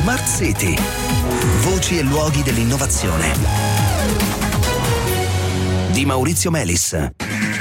Smart City. Voci e luoghi dell'innovazione. Di Maurizio Melis.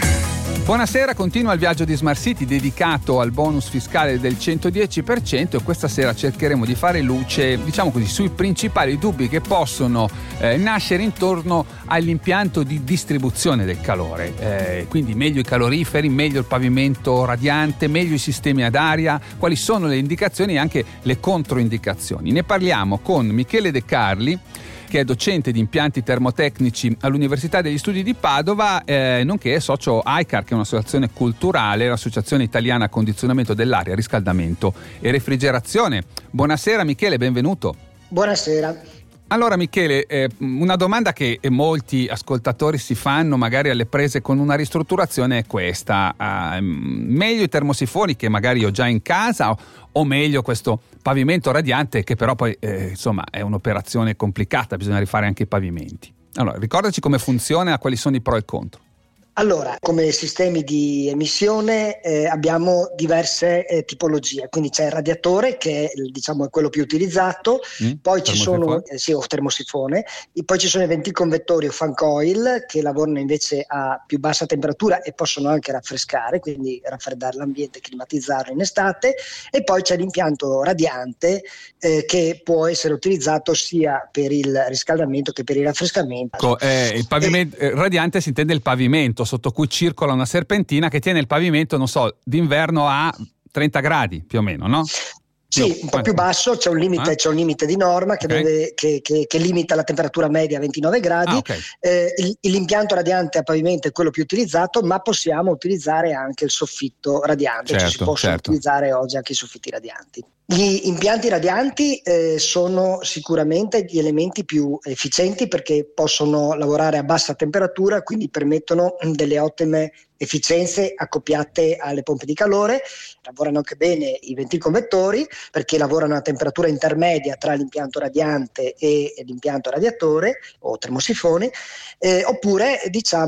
Buonasera, continua il viaggio di Smart City dedicato al bonus fiscale del 110% e questa sera cercheremo di fare luce, diciamo così, sui principali dubbi che possono nascere intorno all'impianto di distribuzione del calore. Quindi meglio i caloriferi, meglio il pavimento radiante, meglio i sistemi ad aria, quali sono le indicazioni e anche le controindicazioni. Ne parliamo con Michele De Carli, che è docente di impianti termotecnici all'Università degli Studi di Padova, nonché socio AICAR, che è un'associazione culturale, l'Associazione Italiana Condizionamento dell'Aria, Riscaldamento e Refrigerazione. Buonasera Michele, benvenuto. Buonasera. Allora Michele, una domanda che molti ascoltatori si fanno magari alle prese con una ristrutturazione è questa: meglio i termosifoni che magari ho già in casa o meglio questo pavimento radiante che però poi insomma è un'operazione complicata, bisogna rifare anche i pavimenti. Allora ricordaci come funziona, quali sono i pro e i contro. Allora, come sistemi di emissione abbiamo diverse tipologie, quindi c'è il radiatore che è quello più utilizzato, poi ci sono o termosifone, e poi ci sono i venticonvettori o fan coil che lavorano invece a più bassa temperatura e possono anche raffrescare, quindi raffreddare l'ambiente, climatizzarlo in estate, e poi c'è l'impianto radiante che può essere utilizzato sia per il riscaldamento che per il raffrescamento. Il pavimento radiante si intende il pavimento sotto cui circola una serpentina che tiene il pavimento, non so, d'inverno a 30 gradi più o meno, no? Sì, un po' più basso, c'è un limite di norma che limita la temperatura media a 29 gradi. L'impianto radiante a pavimento è quello più utilizzato, ma possiamo utilizzare anche il soffitto radiante, si possono utilizzare oggi anche i soffitti radianti. Gli impianti radianti sono sicuramente gli elementi più efficienti perché possono lavorare a bassa temperatura, quindi permettono delle ottime efficienze accoppiate alle pompe di calore. Lavorano anche bene i venticonvettori perché lavorano a temperatura intermedia tra l'impianto radiante e l'impianto radiatore o termosifone, oppure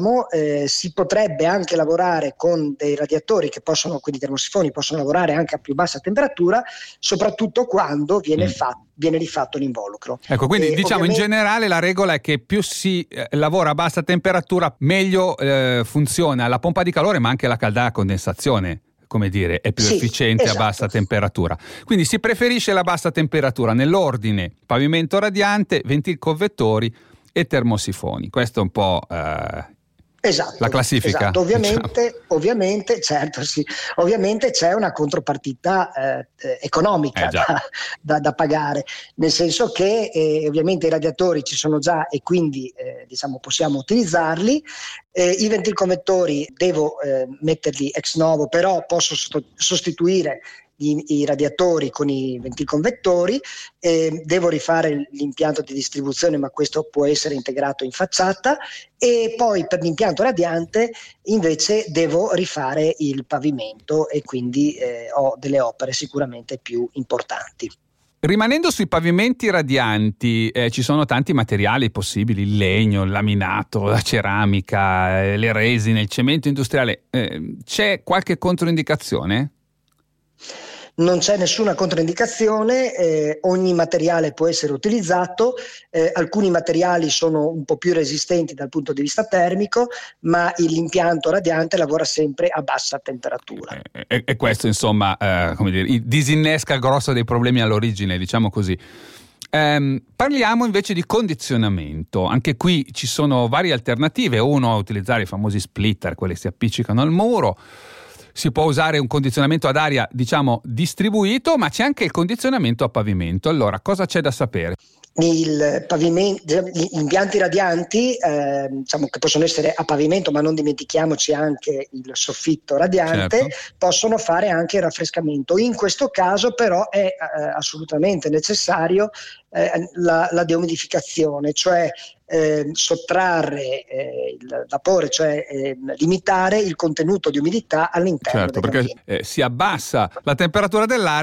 si potrebbe anche lavorare con dei radiatori che possono, quindi termosifoni, possono lavorare anche a più bassa temperatura, soprattutto quando viene rifatto l'involucro. Ecco, quindi diciamo in generale la regola è che più si lavora a bassa temperatura meglio funziona la pompa di calore, ma anche la caldaia a condensazione, come dire, è più efficiente a bassa temperatura. Quindi si preferisce la bassa temperatura nell'ordine pavimento radiante, venticonvettori e termosifoni. Questo è un po' la classifica. Esatto. Ovviamente c'è una contropartita economica da pagare, nel senso che ovviamente i radiatori ci sono già e quindi possiamo utilizzarli. I venticonvettori devo metterli ex novo, però posso sostituire i radiatori con i venticonvettori, devo rifare l'impianto di distribuzione, ma questo può essere integrato in facciata, e poi per l'impianto radiante invece devo rifare il pavimento e quindi ho delle opere sicuramente più importanti. Rimanendo sui pavimenti radianti, ci sono tanti materiali possibili: il legno, il laminato, la ceramica, le resine, il cemento industriale. C'è qualche controindicazione? Non c'è nessuna controindicazione, ogni materiale può essere utilizzato, alcuni materiali sono un po' più resistenti dal punto di vista termico, ma l'impianto radiante lavora sempre a bassa temperatura. E questo insomma disinnesca il grosso dei problemi all'origine, diciamo così. Parliamo invece di condizionamento. Anche qui ci sono varie alternative. Uno, a utilizzare i famosi splitter, quelli che si appiccicano al muro. Si può usare un condizionamento ad aria, distribuito, ma c'è anche il condizionamento a pavimento. Allora, cosa c'è da sapere? Gli impianti radianti che possono essere a pavimento, ma non dimentichiamoci anche il soffitto radiante, possono fare anche il raffrescamento. In questo caso però è assolutamente necessario la deumidificazione, cioè sottrarre il vapore, cioè limitare il contenuto di umidità all'interno degli ambienti. Perché si abbassa la temperatura dell'aria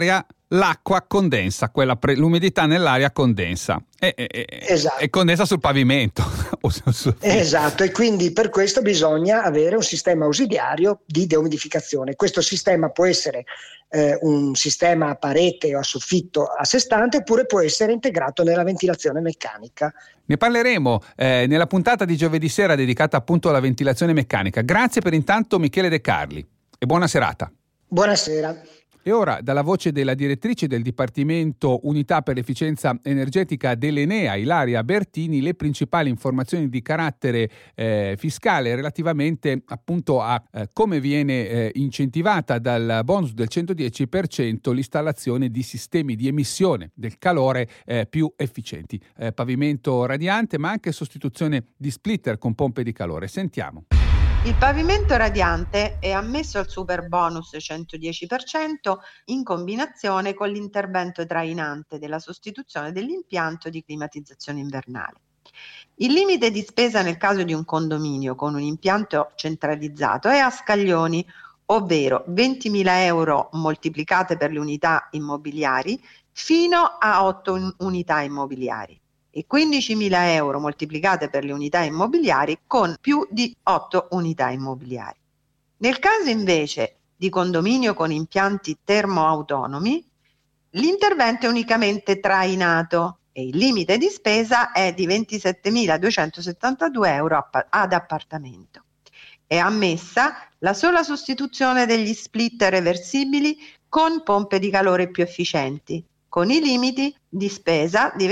l'acqua condensa, l'umidità nell'aria condensa esatto. e condensa sul pavimento. Esatto, e quindi per questo bisogna avere un sistema ausiliario di deumidificazione. Questo sistema può essere un sistema a parete o a soffitto a sé stante, oppure può essere integrato nella ventilazione meccanica. Ne parleremo nella puntata di giovedì sera dedicata appunto alla ventilazione meccanica. Grazie per intanto Michele De Carli e buona serata. Buonasera. E ora, dalla voce della direttrice del Dipartimento Unità per l'Efficienza Energetica dell'Enea, Ilaria Bertini, le principali informazioni di carattere fiscale relativamente appunto a come viene incentivata dal bonus del 110% l'installazione di sistemi di emissione del calore più efficienti. Pavimento radiante, ma anche sostituzione di splitter con pompe di calore. Sentiamo. Il pavimento radiante è ammesso al super bonus 110% in combinazione con l'intervento trainante della sostituzione dell'impianto di climatizzazione invernale. Il limite di spesa nel caso di un condominio con un impianto centralizzato è a scaglioni, ovvero 20.000 euro moltiplicate per le unità immobiliari fino a 8 unità immobiliari. E 15.000 euro moltiplicate per le unità immobiliari con più di 8 unità immobiliari. Nel caso invece di condominio con impianti termoautonomi, l'intervento è unicamente trainato e il limite di spesa è di 27.272 euro ad appartamento. È ammessa la sola sostituzione degli splitter reversibili con pompe di calore più efficienti, con i limiti di spesa di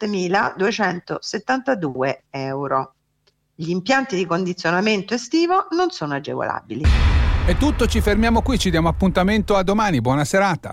27.272 euro. Gli impianti di condizionamento estivo non sono agevolabili. È tutto, ci fermiamo qui, ci diamo appuntamento a domani. Buona serata.